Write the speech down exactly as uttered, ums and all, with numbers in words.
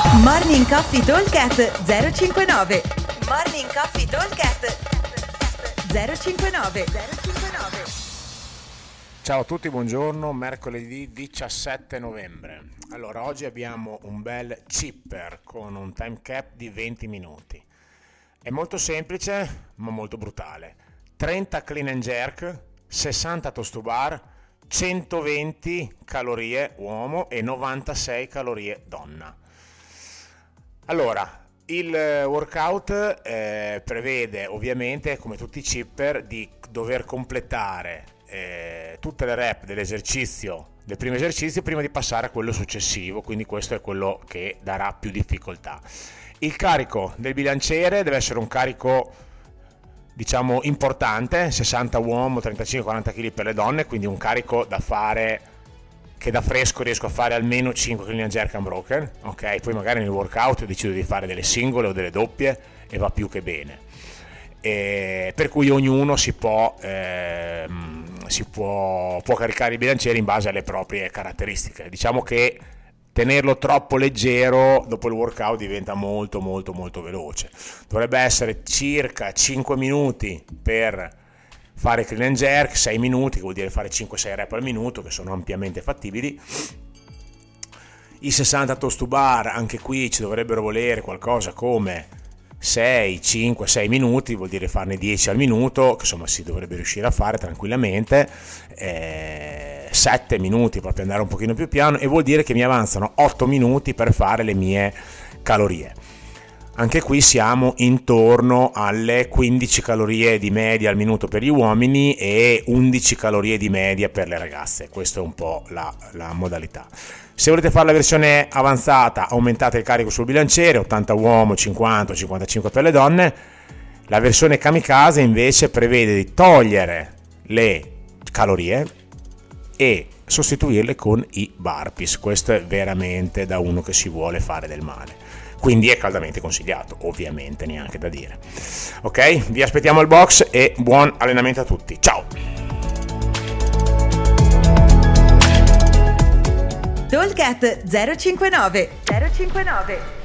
Morning Coffee Talkcast zero cinquantanove. Morning Coffee Talkcast zero cinquantanove. Ciao a tutti, buongiorno, mercoledì diciassette novembre. Allora, oggi abbiamo un bel chipper con un time cap di venti minuti. È molto semplice, ma molto brutale. trenta clean and jerk, sessanta toast to bar, centoventi calorie uomo e novantasei calorie donna. Allora, il workout eh, prevede ovviamente, come tutti i chipper, di dover completare eh, tutte le rep dell'esercizio, del primo esercizio, prima di passare a quello successivo, quindi questo è quello che darà più difficoltà. Il carico del bilanciere deve essere un carico, diciamo, importante, sessanta uomo, trentacinque quaranta chili per le donne, quindi un carico da fare, che da fresco riesco a fare almeno cinque clean and jerk unbroken, ok? Poi magari nel workout decido di fare delle singole o delle doppie e va più che bene. E per cui ognuno si può, ehm, si può, può caricare il bilanciere in base alle proprie caratteristiche. Diciamo che tenerlo troppo leggero dopo il workout diventa molto molto molto veloce. Dovrebbe essere circa cinque minuti per fare clean and jerk, sei minuti, che vuol dire fare cinque sei rep al minuto, che sono ampiamente fattibili. I sessanta toast to bar, anche qui ci dovrebbero volere qualcosa come sei, cinque, sei minuti, vuol dire farne dieci al minuto, che insomma si dovrebbe riuscire a fare tranquillamente. eh, sette minuti proprio andare un pochino più piano, e vuol dire che mi avanzano otto minuti per fare le mie calorie. Anche qui siamo intorno alle quindici calorie di media al minuto per gli uomini e undici calorie di media per le ragazze. Questa è un po' la, la modalità. Se volete fare la versione avanzata, aumentate il carico sul bilanciere, ottanta uomo, cinquanta cinquantacinque per le donne. La versione kamikaze invece prevede di togliere le calorie e sostituirle con i burpees. Questo è veramente da uno che si vuole fare del male. Quindi è caldamente consigliato, ovviamente, neanche da dire. Ok? Vi aspettiamo al box e buon allenamento a tutti. Ciao! Talkcast zero cinquantanove.